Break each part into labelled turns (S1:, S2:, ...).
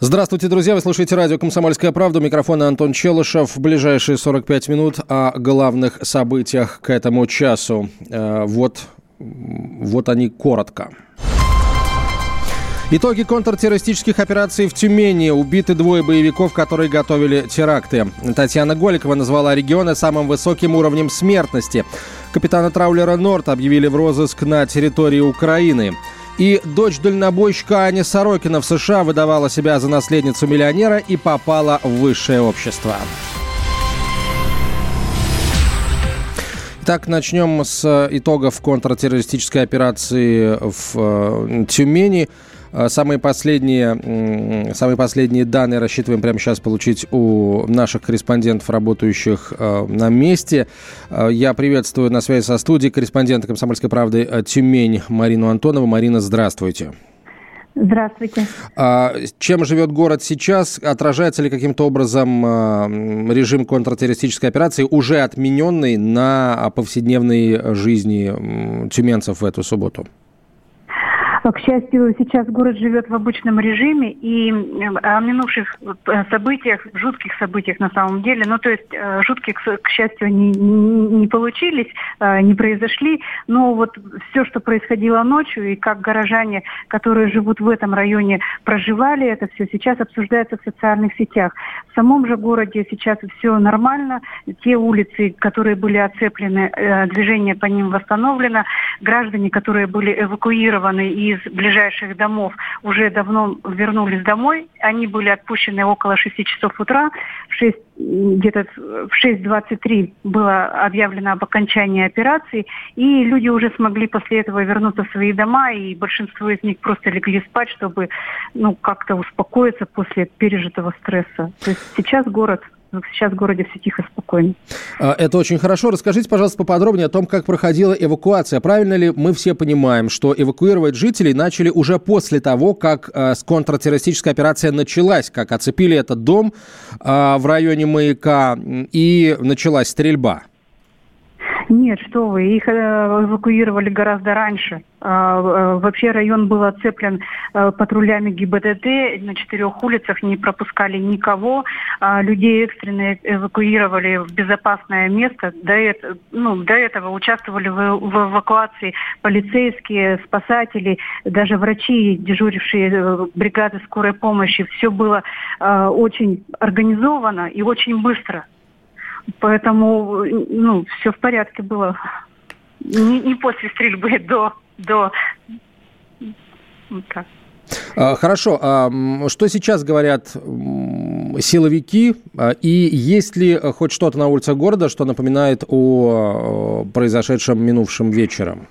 S1: Здравствуйте, друзья. Вы слушаете радио «Комсомольская правда». У микрофона Антон Челышев. В ближайшие 45 минут о главных событиях к этому часу. Вот они коротко. Итоги контртеррористических операций в Тюмени. Убиты 2 боевиков, которые готовили теракты. Татьяна Голикова назвала регионы самым высоким уровнем смертности. Капитана траулера «Норд» объявили в розыск на территории Украины. И дочь дальнобойщика Аня Сорокина в США выдавала себя за наследницу миллионера и попала в высшее общество. Итак, начнем с итогов контртеррористической операции в Тюмени. Самые последние данные рассчитываем прямо сейчас получить у наших корреспондентов, работающих на месте. Я приветствую на связи со студией корреспондента «Комсомольской правды» Тюмень Марину Антонову. Марина, здравствуйте.
S2: Здравствуйте.
S1: Чем живет город сейчас? Отражается ли каким-то образом режим контртеррористической операции, уже отмененный, на повседневной жизни тюменцев в эту субботу?
S2: К счастью, сейчас город живет в обычном режиме, и о минувших событиях, жутких событиях на самом деле, жутких, к счастью, они не получились, не произошли, но вот все, что происходило ночью, и как горожане, которые живут в этом районе, проживали это все, сейчас обсуждается в социальных сетях. В самом же городе сейчас все нормально, те улицы, которые были оцеплены, движение по ним восстановлено, граждане, которые были эвакуированы из ближайших домов, уже давно вернулись домой. Они были отпущены около 6 часов утра. Где-то в 6:23 было объявлено об окончании операции, и люди уже смогли после этого вернуться в свои дома, и большинство из них просто легли спать, чтобы как-то успокоиться после пережитого стресса. То есть сейчас в городе все тихо, спокойно.
S1: Это очень хорошо. Расскажите, пожалуйста, поподробнее о том, как проходила эвакуация. Правильно ли мы все понимаем, что эвакуировать жителей начали уже после того, как контртеррористическая операция началась, как оцепили этот дом в районе Маяка и началась стрельба?
S2: Нет, что вы, их эвакуировали гораздо раньше. Вообще район был оцеплен патрулями ГИБДД, на 4 улицах не пропускали никого. Людей экстренно эвакуировали в безопасное место. До этого участвовали в эвакуации полицейские, спасатели, даже врачи, дежурившие бригады скорой помощи. Все было очень организовано и очень быстро. Поэтому, все в порядке было. Не после стрельбы, до. Так.
S1: Хорошо. Что сейчас говорят силовики? И есть ли хоть что-то на улицах города, что напоминает о произошедшем минувшим вечером?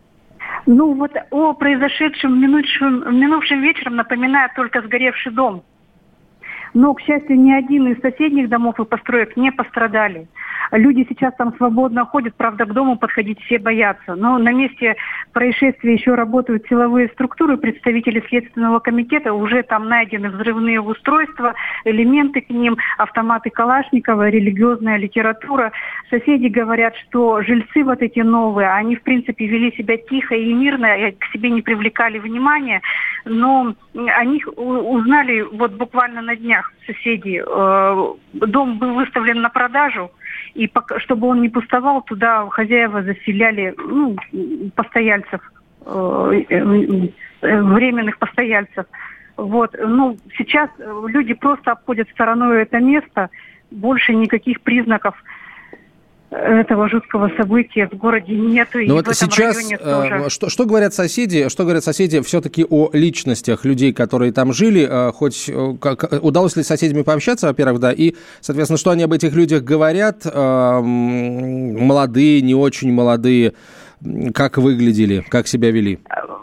S2: О произошедшем минувшим вечером напоминает только сгоревший дом. Но, к счастью, ни один из соседних домов и построек не пострадали. Люди сейчас там свободно ходят, правда, к дому подходить все боятся. Но на месте происшествия еще работают силовые структуры, представители Следственного комитета, уже там найдены взрывные устройства, элементы к ним, автоматы Калашникова, религиозная литература. Соседи говорят, что жильцы вот эти новые, они, в принципе, вели себя тихо и мирно, к себе не привлекали внимания, но о них узнали вот буквально на днях соседи. Дом был выставлен на продажу, и чтобы он не пустовал, туда хозяева заселяли постояльцев, временных постояльцев. Сейчас люди просто обходят стороной это место, больше никаких признаков этого жуткого события в городе нету.
S1: Но вот сейчас что говорят соседи? Что говорят соседи все-таки о личностях людей, которые там жили? Удалось ли с соседями пообщаться, во-первых, да, и, соответственно, что они об этих людях говорят? Молодые, не очень молодые, как выглядели, как себя вели?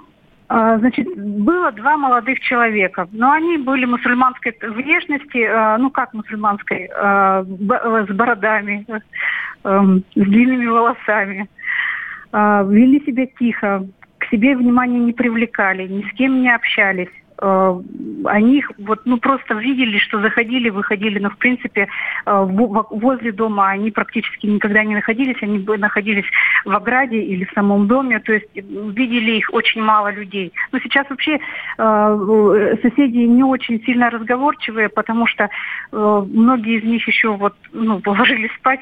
S2: Было 2 молодых человека, но они были мусульманской внешности, как мусульманской, с бородами, с длинными волосами. Вели себя тихо, к себе внимания не привлекали, ни с кем не общались. они их просто видели, что заходили, выходили, но в принципе возле дома они практически никогда не находились, они находились в ограде или в самом доме, то есть видели их очень мало людей. Но сейчас вообще соседи не очень сильно разговорчивые, потому что многие из них еще ложились спать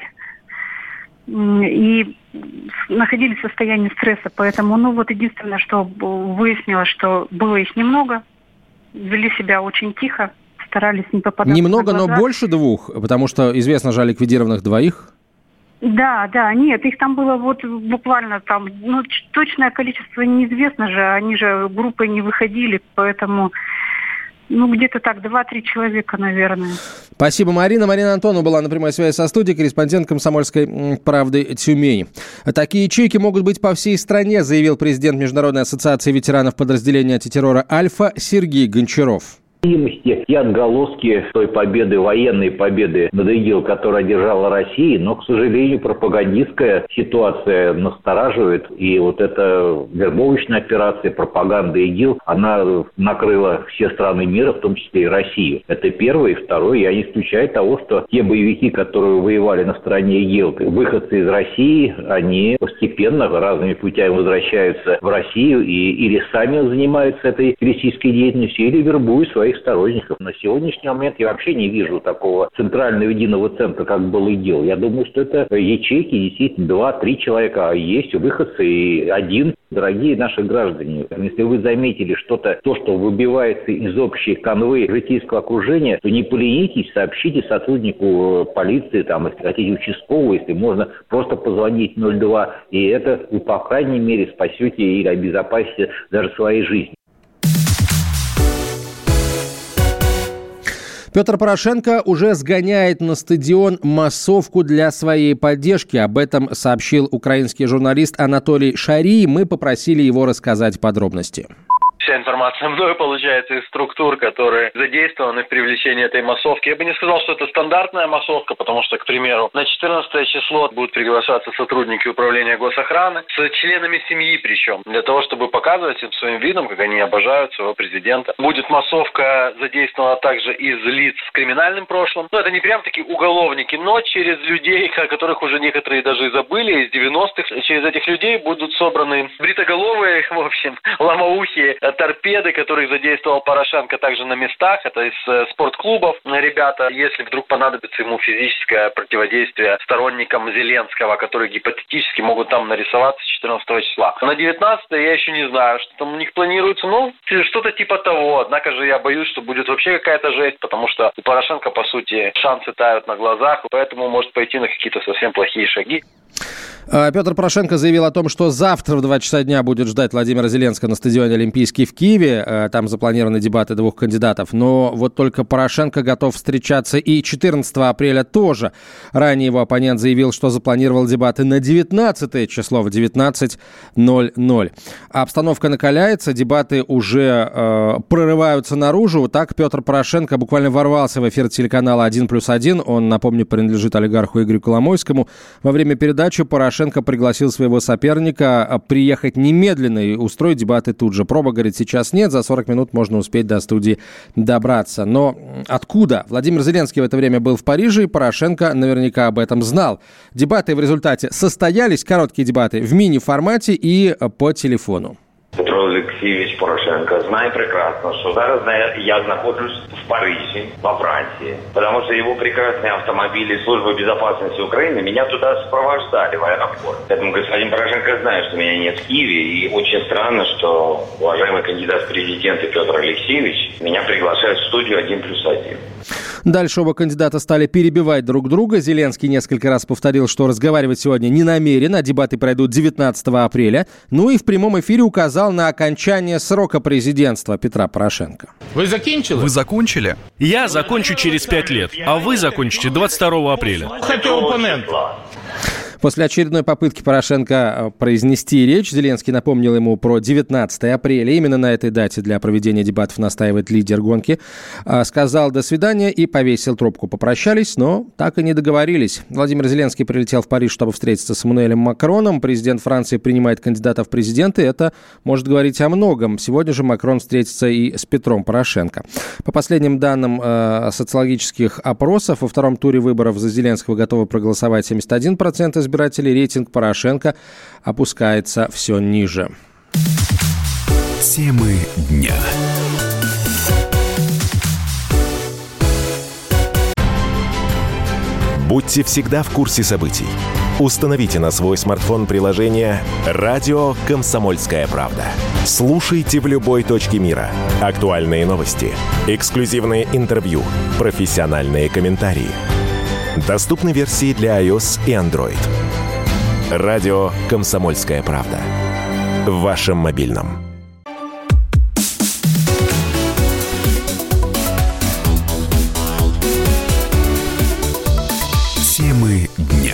S2: и находились в состоянии стресса. Поэтому, единственное, что выяснилось, что было их немного, вели себя очень тихо, старались не попадать
S1: немного,
S2: на глаза.
S1: Но больше 2, потому что известно же о ликвидированных 2.
S2: Да, нет, их там было буквально точное количество неизвестно же, они же группой не выходили, поэтому... где-то так, 2-3 человека, наверное.
S1: Спасибо, Марина. Марина Антонова была на прямой связи со студией, корреспондент «Комсомольской правды» Тюмени. Такие ячейки могут быть по всей стране, заявил президент Международной ассоциации ветеранов подразделения антитеррора «Альфа» Сергей Гончаров.
S3: И отголоски той победы, военной победы над ИГИЛ, которую одержала Россия, но, к сожалению, пропагандистская ситуация настораживает. И эта вербовочная операция, пропаганда ИГИЛ, она накрыла все страны мира, в том числе и Россию. Это первое. И второе, я не исключаю того, что те боевики, которые воевали на стороне ИГИЛ, выходцы из России, они постепенно разными путями возвращаются в Россию и или сами занимаются этой террористической деятельностью, или вербуют своих сторонников. На сегодняшний момент я вообще не вижу такого центрального единого центра, как был ИГИЛ. Я думаю, что это ячейки, действительно, 2-3 человека, а есть выходцы и 1. Дорогие наши граждане, если вы заметили то, что выбивается из общей канвы житейского окружения, то не поленитесь, сообщите сотруднику полиции, если хотите участкового, если можно просто позвонить 02, и это вы, по крайней мере, спасете или обезопасите даже своей жизни.
S1: Петр Порошенко уже сгоняет на стадион массовку для своей поддержки. Об этом сообщил украинский журналист Анатолий Шарий. Мы попросили его рассказать подробности.
S4: Вся информация мною получается из структур, которые задействованы в привлечении этой массовки. Я бы не сказал, что это стандартная массовка, потому что, к примеру, на 14 число будут приглашаться сотрудники управления госохраны с членами семьи причем, для того, чтобы показывать им своим видом, как они обожают своего президента. Будет массовка задействована также из лиц с криминальным прошлым. Это не прям такие уголовники, но через людей, о которых уже некоторые даже и забыли, из 90-х. Через этих людей будут собраны бритоголовые, в общем, ломоухие, торпеды, которых задействовал Порошенко также на местах. Это из спортклубов. Ребята, если вдруг понадобится ему физическое противодействие сторонникам Зеленского, которые гипотетически могут там нарисоваться 14 числа. На 19 я еще не знаю, что там у них планируется. Что-то типа того. Однако же я боюсь, что будет вообще какая-то жесть, потому что у Порошенко, по сути, шансы тают на глазах, поэтому может пойти на какие-то совсем плохие шаги.
S1: Петр Порошенко заявил о том, что завтра в 2 часа дня будет ждать Владимира Зеленского на стадионе Олимпийский в Киеве. Там запланированы дебаты 2 кандидатов. Но только Порошенко готов встречаться и 14 апреля тоже. Ранее его оппонент заявил, что запланировал дебаты на 19 число в 19:00. Обстановка накаляется, дебаты уже прорываются наружу. Так Петр Порошенко буквально ворвался в эфир телеканала «1+1». Он, напомню, принадлежит олигарху Игорю Коломойскому. Во время передачи Порошенко пригласил своего соперника приехать немедленно и устроить дебаты тут же. Проба, говорит, сейчас нет, за 40 минут можно успеть до студии добраться. Но откуда? Владимир Зеленский в это время был в Париже, и Порошенко наверняка об этом знал. Дебаты в результате состоялись, короткие дебаты в мини-формате и по телефону.
S5: Петро Олексійович Порошенко знає прекрасно, что зараз я нахожусь в Париже, во Франции, потому что его прекрасные автомобили службы безопасности Украины меня туда сопровождали в аэропорт. Поэтому господин Порошенко знает, что меня нет в Киеве, и очень странно, что уважаемый кандидат в президенты Петр Алексеевич меня приглашает в студию 1+1.
S1: Дальше оба кандидата стали перебивать друг друга. Зеленский несколько раз повторил, что разговаривать сегодня не намерен, а дебаты пройдут 19 апреля. Ну и в прямом эфире указал на окончание срока президентства Петра Порошенко.
S6: Вы закончили?
S7: Я закончу через 5 лет, а вы закончите 22 апреля.
S6: Хотел оппонент.
S1: После очередной попытки Порошенко произнести речь, Зеленский напомнил ему про 19 апреля. Именно на этой дате для проведения дебатов настаивает лидер гонки. Сказал «до свидания» и повесил трубку. Попрощались, но так и не договорились. Владимир Зеленский прилетел в Париж, чтобы встретиться с Эммануэлем Макроном. Президент Франции принимает кандидатов в президенты. Это может говорить о многом. Сегодня же Макрон встретится и с Петром Порошенко. По последним данным социологических опросов, во втором туре выборов за Зеленского готовы проголосовать 71% избирателей. Рейтинг Порошенко опускается все ниже.
S7: Темы дня. Будьте всегда в курсе событий. Установите на свой смартфон приложение «Радио Комсомольская правда». Слушайте в любой точке мира. Актуальные новости, эксклюзивные интервью, профессиональные комментарии. Доступны версии для iOS и Android. «Радио Комсомольская правда». В вашем мобильном. Темы дня.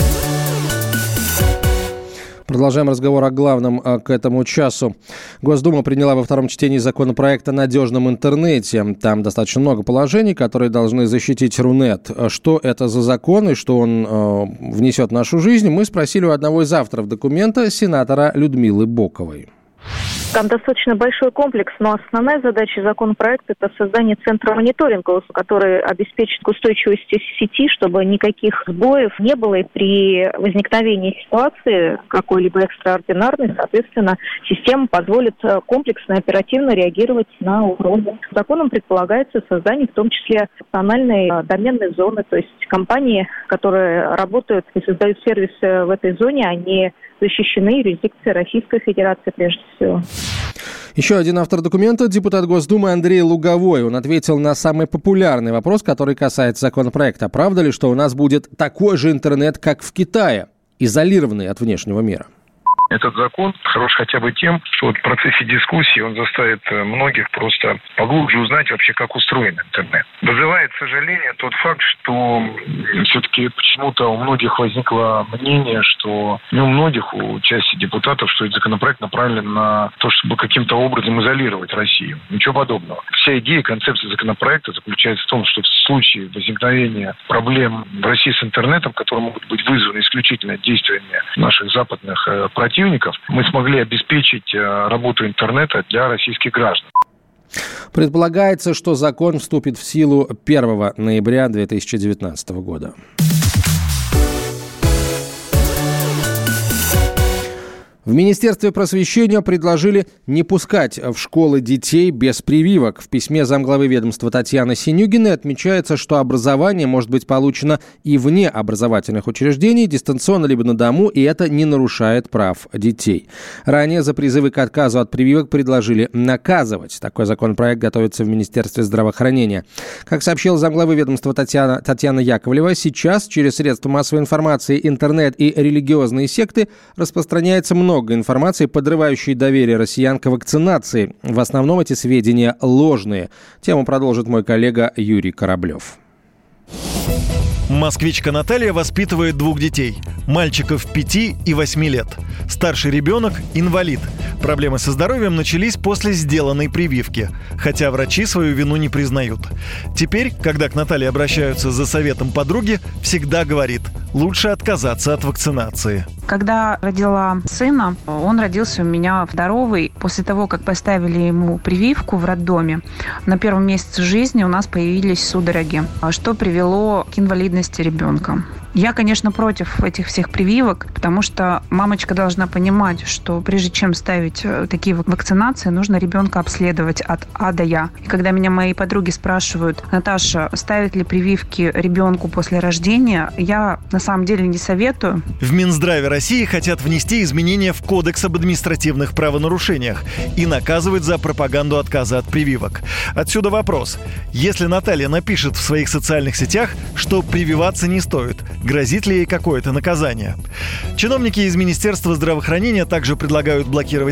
S1: Продолжаем разговор о главном к этому часу. Госдума приняла во втором чтении законопроект о надежном интернете. Там достаточно много положений, которые должны защитить Рунет. Что это за закон и что он внесет в нашу жизнь, мы спросили у одного из авторов документа, сенатора Людмилы Боковой.
S8: Там достаточно большой комплекс, но основная задача законопроекта – это создание центра мониторинга, который обеспечит устойчивость сети, чтобы никаких сбоев не было, и при возникновении ситуации какой-либо экстраординарной, соответственно, система позволит комплексно и оперативно реагировать на угрозы. Законом предполагается создание в том числе национальной доменной зоны, то есть компании, которые работают и создают сервисы в этой зоне, они защищены юрисдикцией Российской Федерации прежде всего.
S1: Еще один автор документа – депутат Госдумы Андрей Луговой. Он ответил на самый популярный вопрос, который касается законопроекта. Правда ли, что у нас будет такой же интернет, как в Китае, изолированный от внешнего мира?
S9: Этот закон хорош хотя бы тем, что в процессе дискуссии он заставит многих просто поглубже узнать вообще, как устроен интернет. Вызывает сожаление тот факт, что все-таки почему-то у многих возникло мнение, что у многих, у части депутатов, что этот законопроект направлен на то, чтобы каким-то образом изолировать Россию. Ничего подобного. Вся идея, концепция законопроекта заключается в том, что в случае возникновения проблем в России с интернетом, которые могут быть вызваны исключительно действиями наших западных противников, мы смогли обеспечить работу интернета для российских граждан.
S1: Предполагается, что закон вступит в силу 1 ноября 2019 года. В Министерстве просвещения предложили не пускать в школы детей без прививок. В письме замглавы ведомства Татьяны Синюгиной отмечается, что образование может быть получено и вне образовательных учреждений, дистанционно либо на дому, и это не нарушает прав детей. Ранее за призывы к отказу от прививок предложили наказывать. Такой законопроект готовится в Министерстве здравоохранения. Как сообщил замглавы ведомства Татьяна Яковлева, сейчас через средства массовой информации, интернет и религиозные секты распространяется много информации, подрывающей доверие россиян к вакцинации. В основном эти сведения ложные. Тему продолжит мой коллега Юрий Кораблев.
S10: Москвичка Наталья воспитывает 2 детей. Мальчиков 5 и 8 лет. Старший ребенок – инвалид. Проблемы со здоровьем начались после сделанной прививки. Хотя врачи свою вину не признают. Теперь, когда к Наталье обращаются за советом подруги, всегда говорит – лучше отказаться от вакцинации.
S11: Когда родила сына, он родился у меня здоровый. После того, как поставили ему прививку в роддоме, на первом месяце жизни у нас появились судороги, что привело к инвалидности ребенка. Я, конечно, против этих всех прививок, потому что мамочка должна понимать, что прежде чем ставить такие вакцинации, нужно ребенка обследовать от А до Я. И когда меня мои подруги спрашивают: Наташа, ставят ли прививки ребенку после рождения, я на самом деле не советую.
S10: В Минздраве России хотят внести изменения в Кодекс об административных правонарушениях и наказывать за пропаганду отказа от прививок. Отсюда вопрос. Если Наталья напишет в своих социальных сетях, что прививаться не стоит, грозит ли ей какое-то наказание? Чиновники из Министерства здравоохранения также предлагают блокировать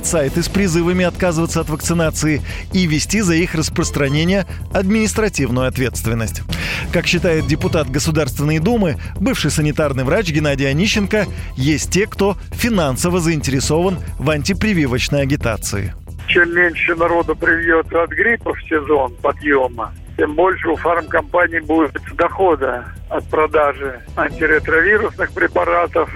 S10: создать сайты с призывами отказываться от вакцинации и вести за их распространение административную ответственность. Как считает депутат Государственной Думы, бывший санитарный врач Геннадий Онищенко, есть те, кто финансово заинтересован в антипрививочной агитации.
S12: Чем меньше народу привьется от гриппа в сезон подъема, тем больше у фармкомпаний будет дохода от продажи антиретровирусных препаратов,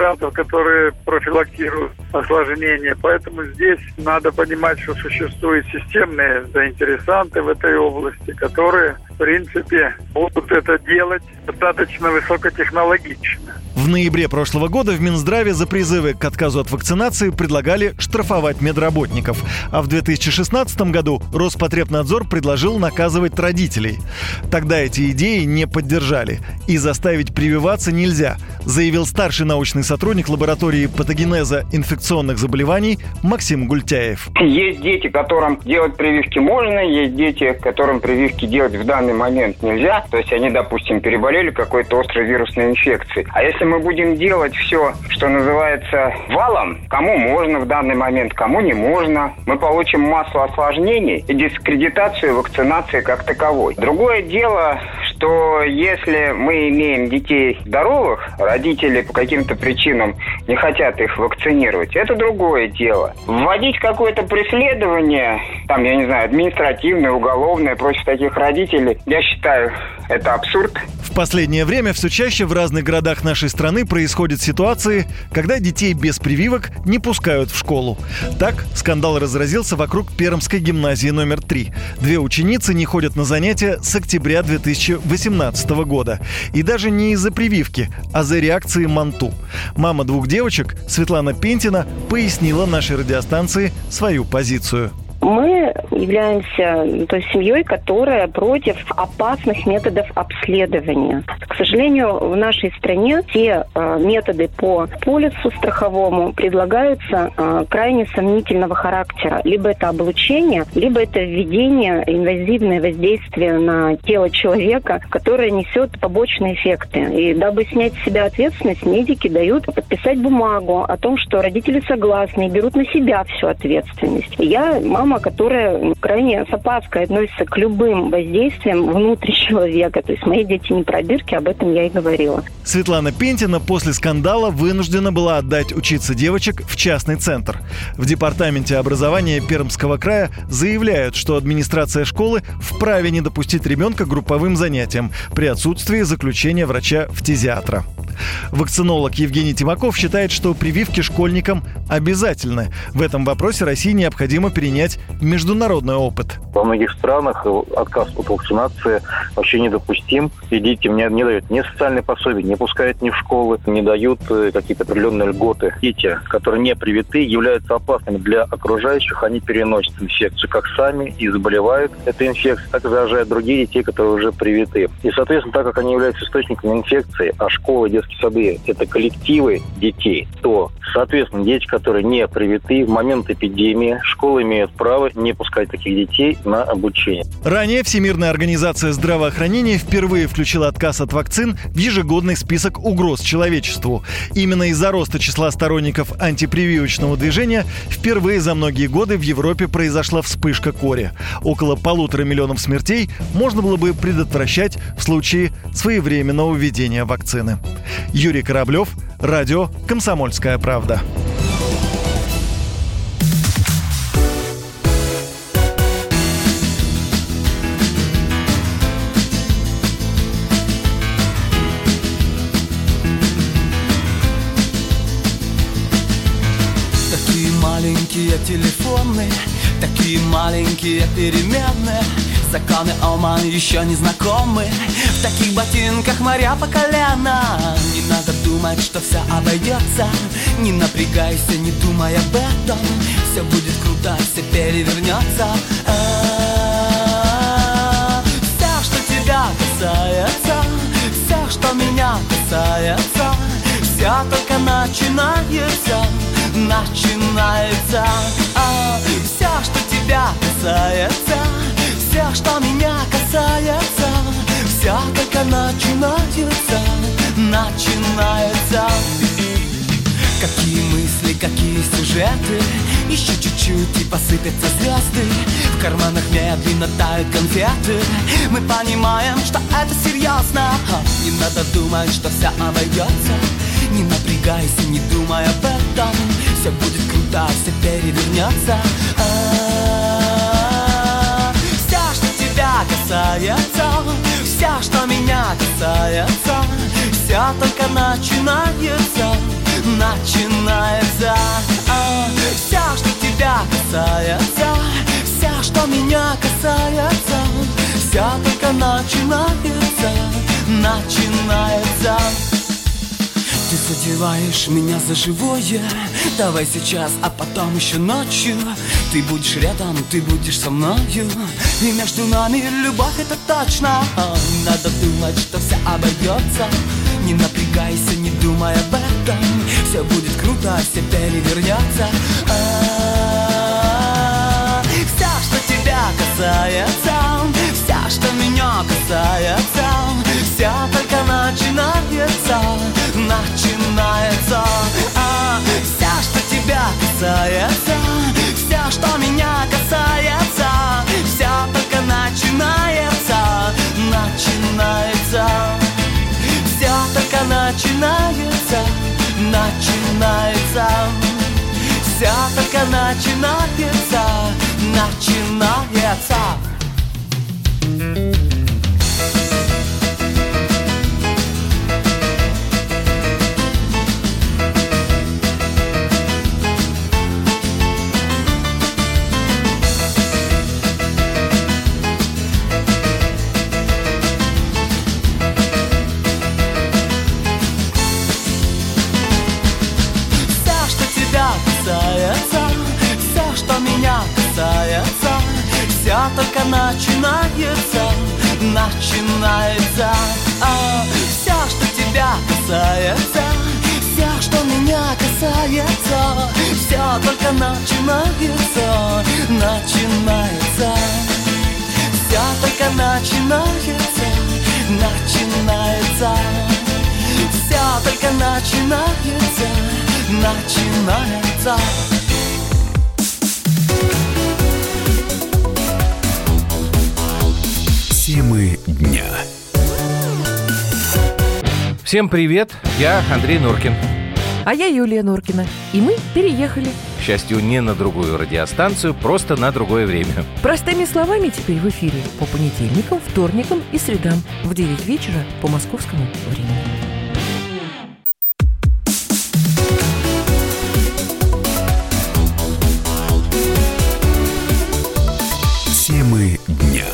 S12: которые профилактируют осложнения. Поэтому здесь надо понимать, что существуют системные заинтересанты в этой области, которые, в принципе, будут это делать достаточно высокотехнологично.
S10: В ноябре прошлого года в Минздраве за призывы к отказу от вакцинации предлагали штрафовать медработников. А в 2016 году Роспотребнадзор предложил наказывать родителей. Тогда эти идеи не поддержали. И заставить прививаться нельзя, заявил старший научный сотрудник лаборатории патогенеза инфекционных заболеваний Максим Гультяев.
S13: Есть дети, которым делать прививки можно, есть дети, которым прививки делать в данный момент нельзя. То есть они, допустим, переболели какой-то острой вирусной инфекцией. А если мы будем делать все, что называется, валом, кому можно в данный момент, кому не можно, мы получим массу осложнений и дискредитацию вакцинации как таковой. Другое дело, что если мы имеем детей здоровых, родители по каким-то причинам не хотят их вакцинировать, это другое дело. Вводить какое-то преследование, там, я не знаю, административное, уголовное против таких родителей, я считаю, это абсурд.
S10: В последнее время все чаще в разных городах нашей страны происходят ситуации, когда детей без прививок не пускают в школу. Так, скандал разразился вокруг Пермской гимназии номер 3. 2 ученицы не ходят на занятия с октября 2018 года. И даже не из-за прививки, а за реакции МАНТУ. Мама 2 девочек, Светлана Пентина, пояснила нашей радиостанции свою позицию.
S14: Мы являемся той семьей, которая против опасных методов обследования. К сожалению, в нашей стране те методы по полису страховому предлагаются крайне сомнительного характера. Либо это облучение, либо это введение инвазивное воздействие на тело человека, которое несет побочные эффекты. И дабы снять с себя ответственность, медики дают подписать бумагу о том, что родители согласны и берут на себя всю ответственность. Я мама, которая крайне с опаской относится к любым воздействиям внутрь человека. То есть мои дети не пробирки, об этом я и говорила.
S10: Светлана Пентина после скандала вынуждена была отдать учиться девочек в частный центр. В департаменте образования Пермского края заявляют, что администрация школы вправе не допустить ребенка к групповым занятиям при отсутствии заключения врача-фтизиатра. Вакцинолог Евгений Тимаков считает, что прививки школьникам обязательны. В этом вопросе России необходимо перенять международный опыт.
S15: Во многих странах отказ от вакцинации вообще недопустим. И детям не дают ни социальные пособия, не пускают ни в школы, не дают какие-то определенные льготы. Дети, которые не привиты, являются опасными для окружающих. Они переносят инфекцию как сами и заболевают этой инфекцией, так и заражают других детей, которые уже привиты. И, соответственно, так как они являются источником инфекции, а школы, детские сады – это коллективы детей, то, соответственно, дети, которые не привиты, в момент эпидемии школы имеют право не пускать таких детей на обучение.
S10: Ранее Всемирная организация здравоохранения впервые включила отказ от вакцин в ежегодный список угроз человечеству. Именно из-за роста числа сторонников антипрививочного движения впервые за многие годы в Европе произошла вспышка кори. Около 1,5 миллиона смертей можно было бы предотвращать в случае своевременного введения вакцины. Юрий Кораблев, радио «Комсомольская правда».
S16: Маленькие телефоны, такие маленькие переменные. Законы Ома еще не знакомы. В таких ботинках моря по колено. Не надо думать, что все обойдется. Не напрягайся, не думай об этом. Все будет круто, все перевернется. Все, что тебя касается, все, что меня касается, все только начинается. Начинается все, что тебя касается, все, что меня касается, все только начинается. Начинается. Какие мысли, какие сюжеты. Еще чуть-чуть и посыпятся звезды. В карманах медленно тают конфеты. Мы понимаем, что это серьезно. Не надо думать, что все обойдется. Не напрягайся, не думай об этом. Все будет круто, все перевернется. Все, что тебя касается, все, что меня касается, все только начинается, начинается. Все, что тебя касается, все, что меня касается, все только начинается, начинается. Ты задеваешь меня за живое. Давай сейчас, а потом еще ночью. Ты будешь рядом, ты будешь со мною. И между нами любовь, это точно. Не надо думать, что все обойдется. Не напрягайся, не думай об этом. Все будет круто, все перевернется. Все, что тебя касается, все, что меня касается, все только начинается, начинается. Все, что тебя касается, все, что меня касается, все только начинается, начинается. Все только начинается, начинается. Все только начинается, начинается. Все, что меня касается, все только начинается, начинается. Все, что тебя касается, все, что меня касается, все только начинается, начинается. Все только начинается, начинается. Все только начинается, начинается.
S17: Темы дня.
S18: Всем привет, я Андрей Нуркин.
S19: А я Юлия Нуркина. И мы переехали.
S18: К счастью, не на другую радиостанцию, просто на другое время.
S19: Простыми словами теперь в эфире по понедельникам, вторникам и средам в 9 вечера по московскому времени.
S17: Темы дня.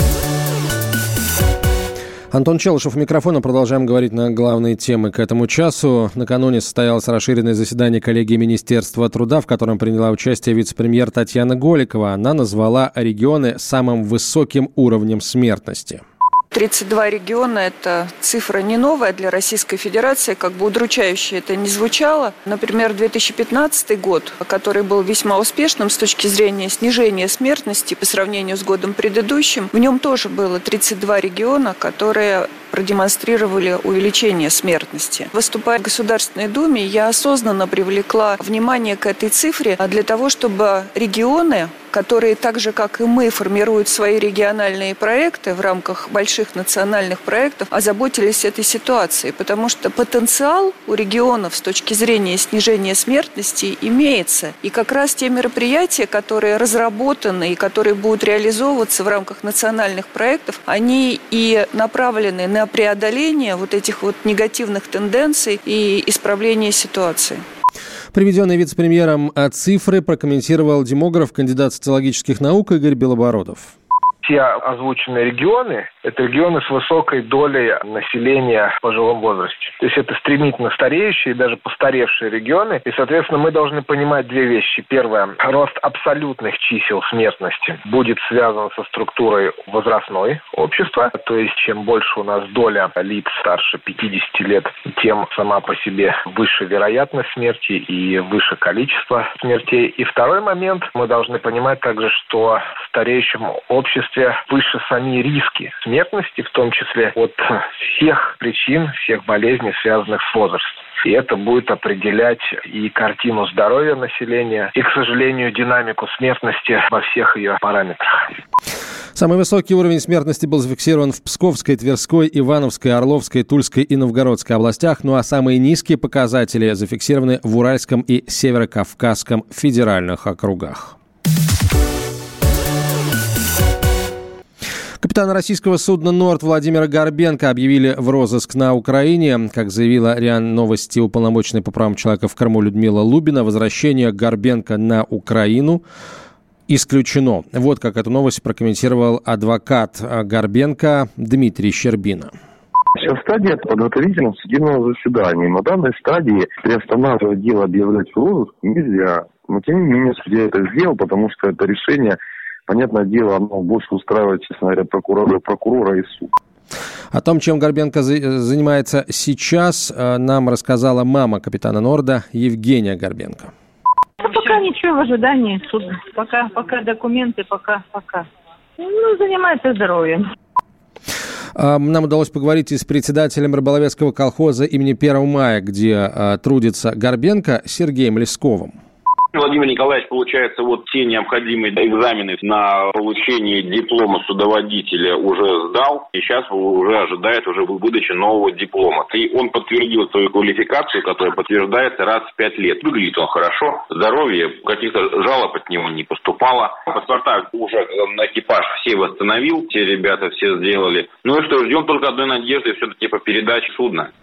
S1: Антон Челышев у микрофона. Продолжаем говорить на главные темы к этому часу. Накануне состоялось расширенное заседание коллегии Министерства труда, в котором приняла участие вице-премьер Татьяна Голикова. Она назвала регионы самым высоким уровнем смертности.
S20: 32 региона – это цифра не новая для Российской Федерации, как бы удручающе это ни звучало. Например, 2015 год, который был весьма успешным с точки зрения снижения смертности по сравнению с годом предыдущим, в нем тоже было 32 региона, которые продемонстрировали увеличение смертности. Выступая в Государственной Думе, я осознанно привлекла внимание к этой цифре для того, чтобы регионы, которые так же, как и мы, формируют свои региональные проекты в рамках больших национальных проектов, озаботились этой ситуацией, потому что потенциал у регионов с точки зрения снижения смертности имеется. И как раз те мероприятия, которые разработаны и которые будут реализовываться в рамках национальных проектов, они и направлены на преодоление вот этих вот негативных тенденций и исправление ситуации.
S1: Приведенные вице-премьером цифры прокомментировал демограф, кандидат социологических наук Игорь Белобородов.
S9: Все озвученные регионы – это регионы с высокой долей населения в пожилом возрасте. То есть это стремительно стареющие и даже постаревшие регионы. И, соответственно, мы должны понимать две вещи. Первое – рост абсолютных чисел смертности будет связан со структурой возрастной общества. То есть чем больше у нас доля лиц старше 50 лет, тем сама по себе выше вероятность смерти и выше количество смертей. И второй момент – мы должны понимать также, что в стареющем обществе выше сами риски смертности, в том числе от всех причин, всех болезней, связанных с возрастом. И это будет определять и картину здоровья населения, и, к сожалению, динамику смертности во всех ее параметрах.
S1: Самый высокий уровень смертности был зафиксирован в Псковской, Тверской, Ивановской, Орловской, Тульской и Новгородской областях, ну а самые низкие показатели зафиксированы в Уральском и Северокавказском федеральных округах. Капитана российского судна «Норд» Владимира Горбенко объявили в розыск на Украине. Как заявила РИА Новости уполномоченная по правам человека в Крыму Людмила Лубина, возвращение Горбенко на Украину исключено. Вот как эту новость прокомментировал адвокат Горбенко Дмитрий Щербина.
S21: Сейчас стадия подготовительного судебного заседания. На данной стадии приостанавливать дело, объявлять в розыск нельзя. Но тем не менее судья это сделал, потому что это решение, понятное дело, оно больше устраивает, честно говоря, прокурора и суд.
S1: О том, чем Горбенко занимается сейчас, нам рассказала мама капитана «Норда» Евгения Горбенко.
S22: Пока ничего, в ожидании суда. Пока документы, пока. Занимается здоровьем.
S1: Нам удалось поговорить и с председателем рыболовецкого колхоза имени 1 мая, где трудится Горбенко, Сергеем Лесковым.
S23: Владимир Николаевич, получается, вот те необходимые экзамены на получение диплома судоводителя уже сдал, и сейчас уже ожидает выдачи нового диплома. И он подтвердил свою квалификацию, которая подтверждается раз в 5 лет. Выглядит он хорошо, здоровье, каких-то жалоб от него не поступало. Паспорта уже на экипаж все восстановил, те ребята все сделали. Ну и что, ждем только одной надежды все-таки по передаче судна.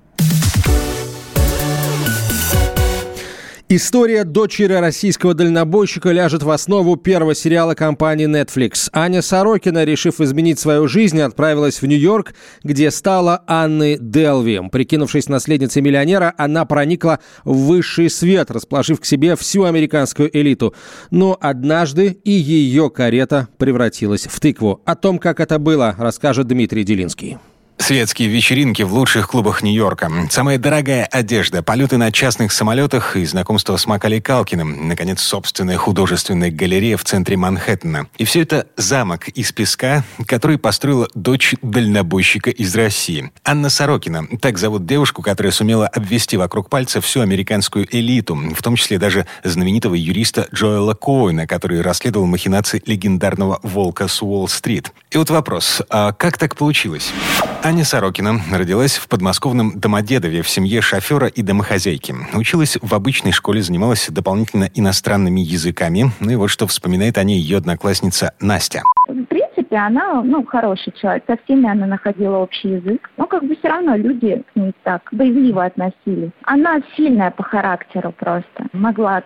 S1: История дочери российского дальнобойщика ляжет в основу первого сериала компании Netflix. Аня Сорокина, решив изменить свою жизнь, отправилась в Нью-Йорк, где стала Анной Делви. Прикинувшись наследницей миллионера, она проникла в высший свет, расположив к себе всю американскую элиту. Но однажды и ее карета превратилась в тыкву. О том, как это было, расскажет Дмитрий Делинский.
S24: Светские вечеринки в лучших клубах Нью-Йорка, самая дорогая одежда, полеты на частных самолетах и знакомство с Маколей Калкиным, наконец, собственная художественная галерея в центре Манхэттена. И все это замок из песка, который построила дочь дальнобойщика из России. Анна Сорокина. Так зовут девушку, которая сумела обвести вокруг пальца всю американскую элиту, в том числе даже знаменитого юриста Джоэла Коэна, который расследовал махинации легендарного «Волка с Уолл-стрит». И вот вопрос, а как так получилось? Аня Сорокина родилась в подмосковном Домодедове в семье шофера и домохозяйки. Училась в обычной школе, занималась дополнительно иностранными языками. Ну и вот что вспоминает о ней ее одноклассница Настя.
S25: В принципе, она, хороший человек. Со всеми она находила общий язык. Но все равно люди к ней так боязливо относились. Она сильная по характеру просто. Могла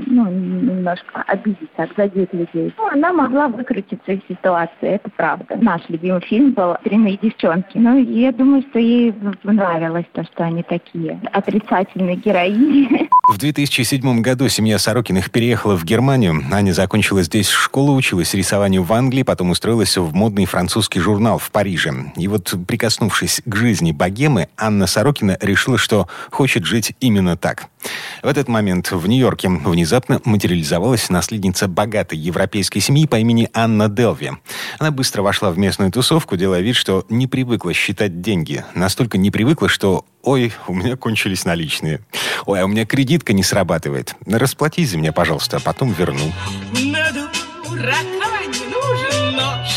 S25: немножко обидеть, задеть людей. Она могла выкрутиться из ситуации, это правда. Наш любимый фильм был «Дрянные девчонки». И я думаю, что ей нравилось то, что они такие отрицательные героини.
S24: В 2007 году семья Сорокиных переехала в Германию. Аня закончила здесь школу, училась рисованию в Англии, потом устроилась в модный французский журнал в Париже. И вот, прикоснувшись к жизни богемы, Анна Сорокина решила, что хочет жить именно так. В этот момент в Нью-Йорке внезапно материализовалась наследница богатой европейской семьи по имени Анна Делви. Она быстро вошла в местную тусовку, делая вид, что не привыкла считать деньги. Настолько не привыкла, что «Ой, у меня кончились наличные. Ой, а у меня кредитка не срабатывает. Расплатись за меня, пожалуйста, а потом верну».
S16: На дурака не нужен нож.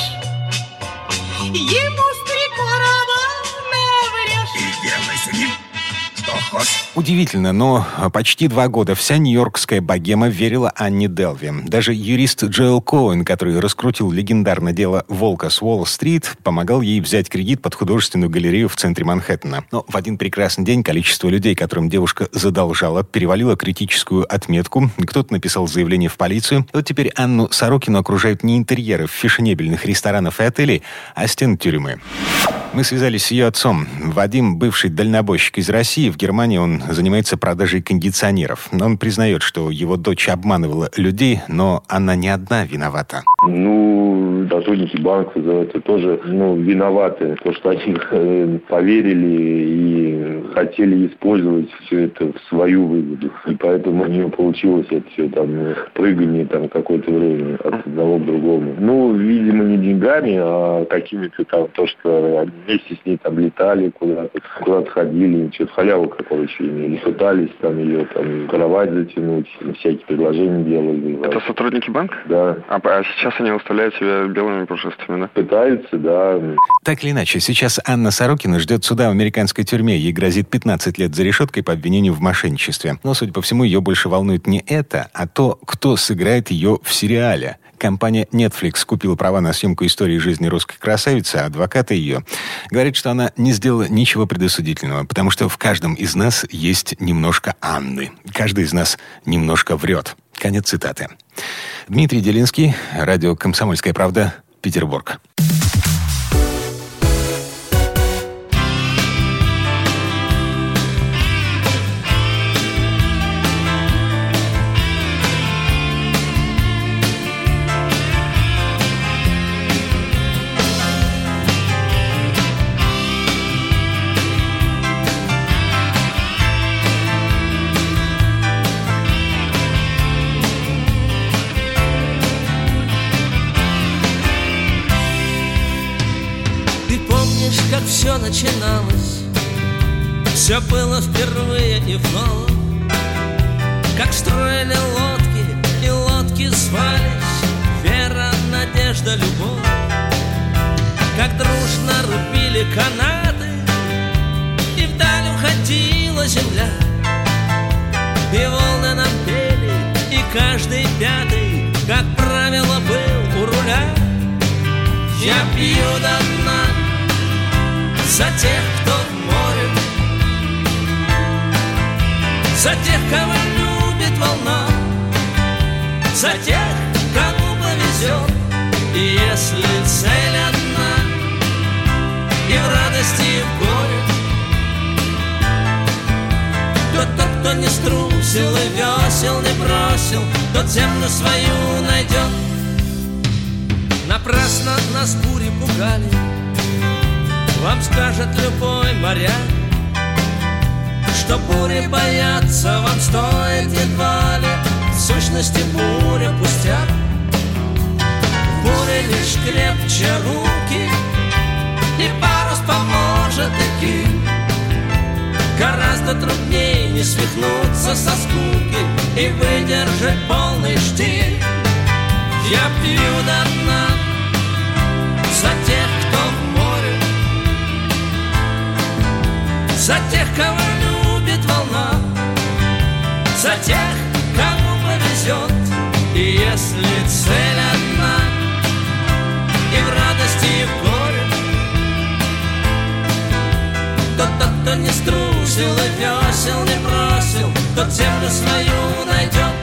S16: Ему с 3 короба наврешь. И делай с ним, что хочешь.
S24: Удивительно, но почти 2 года вся нью-йоркская богема верила Анне Делви. Даже юрист Джоэл Коэн, который раскрутил легендарное дело «Волка с Уолл-стрит», помогал ей взять кредит под художественную галерею в центре Манхэттена. Но в один прекрасный день количество людей, которым девушка задолжала, перевалило критическую отметку. Кто-то написал заявление в полицию. И вот теперь Анну Сорокину окружают не интерьеры фешенебельных ресторанов и отелей, а стены тюрьмы. Мы связались с ее отцом. Вадим, бывший дальнобойщик из России. В Германии он занимается продажей кондиционеров. Он признает, что его дочь обманывала людей, но она не одна виновата.
S21: Сотрудники банка за это тоже виноваты. То, что они поверили и хотели использовать все это в свою выгоду. И поэтому у нее получилось это все прыгание какое-то время от одного к другому. Видимо, не деньгами, а какими-то то, что вместе с ней там летали куда-то ходили, что-то халяву какого еще имели, пытались там ее там кровать затянуть, всякие предложения делали.
S2: Это сотрудники банка?
S21: Да.
S2: А сейчас они выставляют себя белыми пушистыми, да?
S21: Пытаются, да.
S24: Так или иначе, сейчас Анна Сорокина ждет суда в американской тюрьме. Ей грозит 15 лет за решеткой по обвинению в мошенничестве. Но, судя по всему, ее больше волнует не это, а то, кто сыграет ее в сериале. Компания Netflix купила права на съемку истории жизни русской красавицы, а адвокаты ее говорят, что она не сделала ничего предосудительного, потому что в каждом из нас есть немножко Анны. Каждый из нас немножко врет. Конец цитаты. Дмитрий Делинский, радио «Комсомольская правда», Петербург.
S3: Как все начиналось, все было впервые и вновь. Как строили лодки, и лодки звались вера, надежда, любовь. Как дружно рубили канаты, и вдаль уходила земля. И волны нам пели, и каждый пятый, как правило, был у руля. Я пью до дна за тех, кто в море, за тех, кого любит волна, за тех, кому повезет. И если цель одна, и в радости, и в горе, то тот, кто не струсил и весел не бросил, тот землю свою найдет. Напрасно нас бури пугали, вам скажет любой моряк, что бури бояться вам стоит едва ли, в сущности буря пустяк. В буре лишь крепче руки, и парус поможет идти. Гораздо труднее не свихнуться со скуки и выдержать полный штиль. Я пью до дна за тех, кто в море, за тех, кого любит волна, за тех, кому повезет. И если цель одна, и в радости, и в горе, то тот, кто не струсил и весел не бросил, тот землю свою найдет.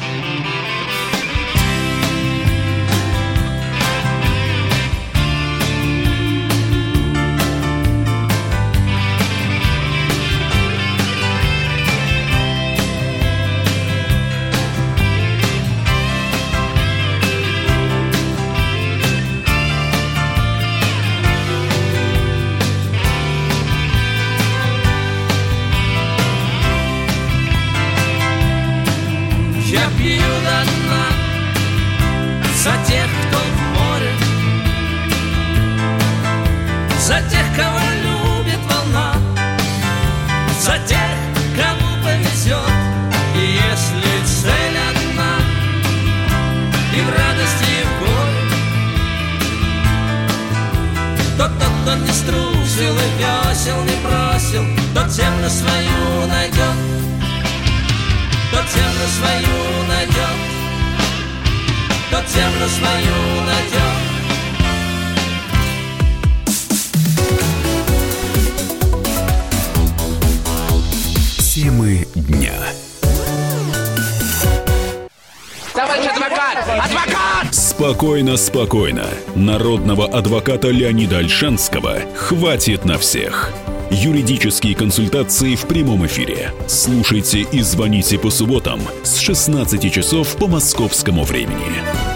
S3: Я пью до дна за тех, кто в море, за тех, кого любит волна, за тех, кому повезет. И если цель одна, и в радости, и в горе, то тот, кто не струсил и весел не бросил, тот землю свою найдет. Тот землю свою найдет, тот землю свою найдет.
S17: Темы дня.
S4: Товарищ адвокат! Адвокат!
S17: Спокойно, спокойно. Народного адвоката Леонида Ольшанского хватит на всех. Юридические консультации в прямом эфире. Слушайте и звоните по субботам с 16 часов по московскому времени.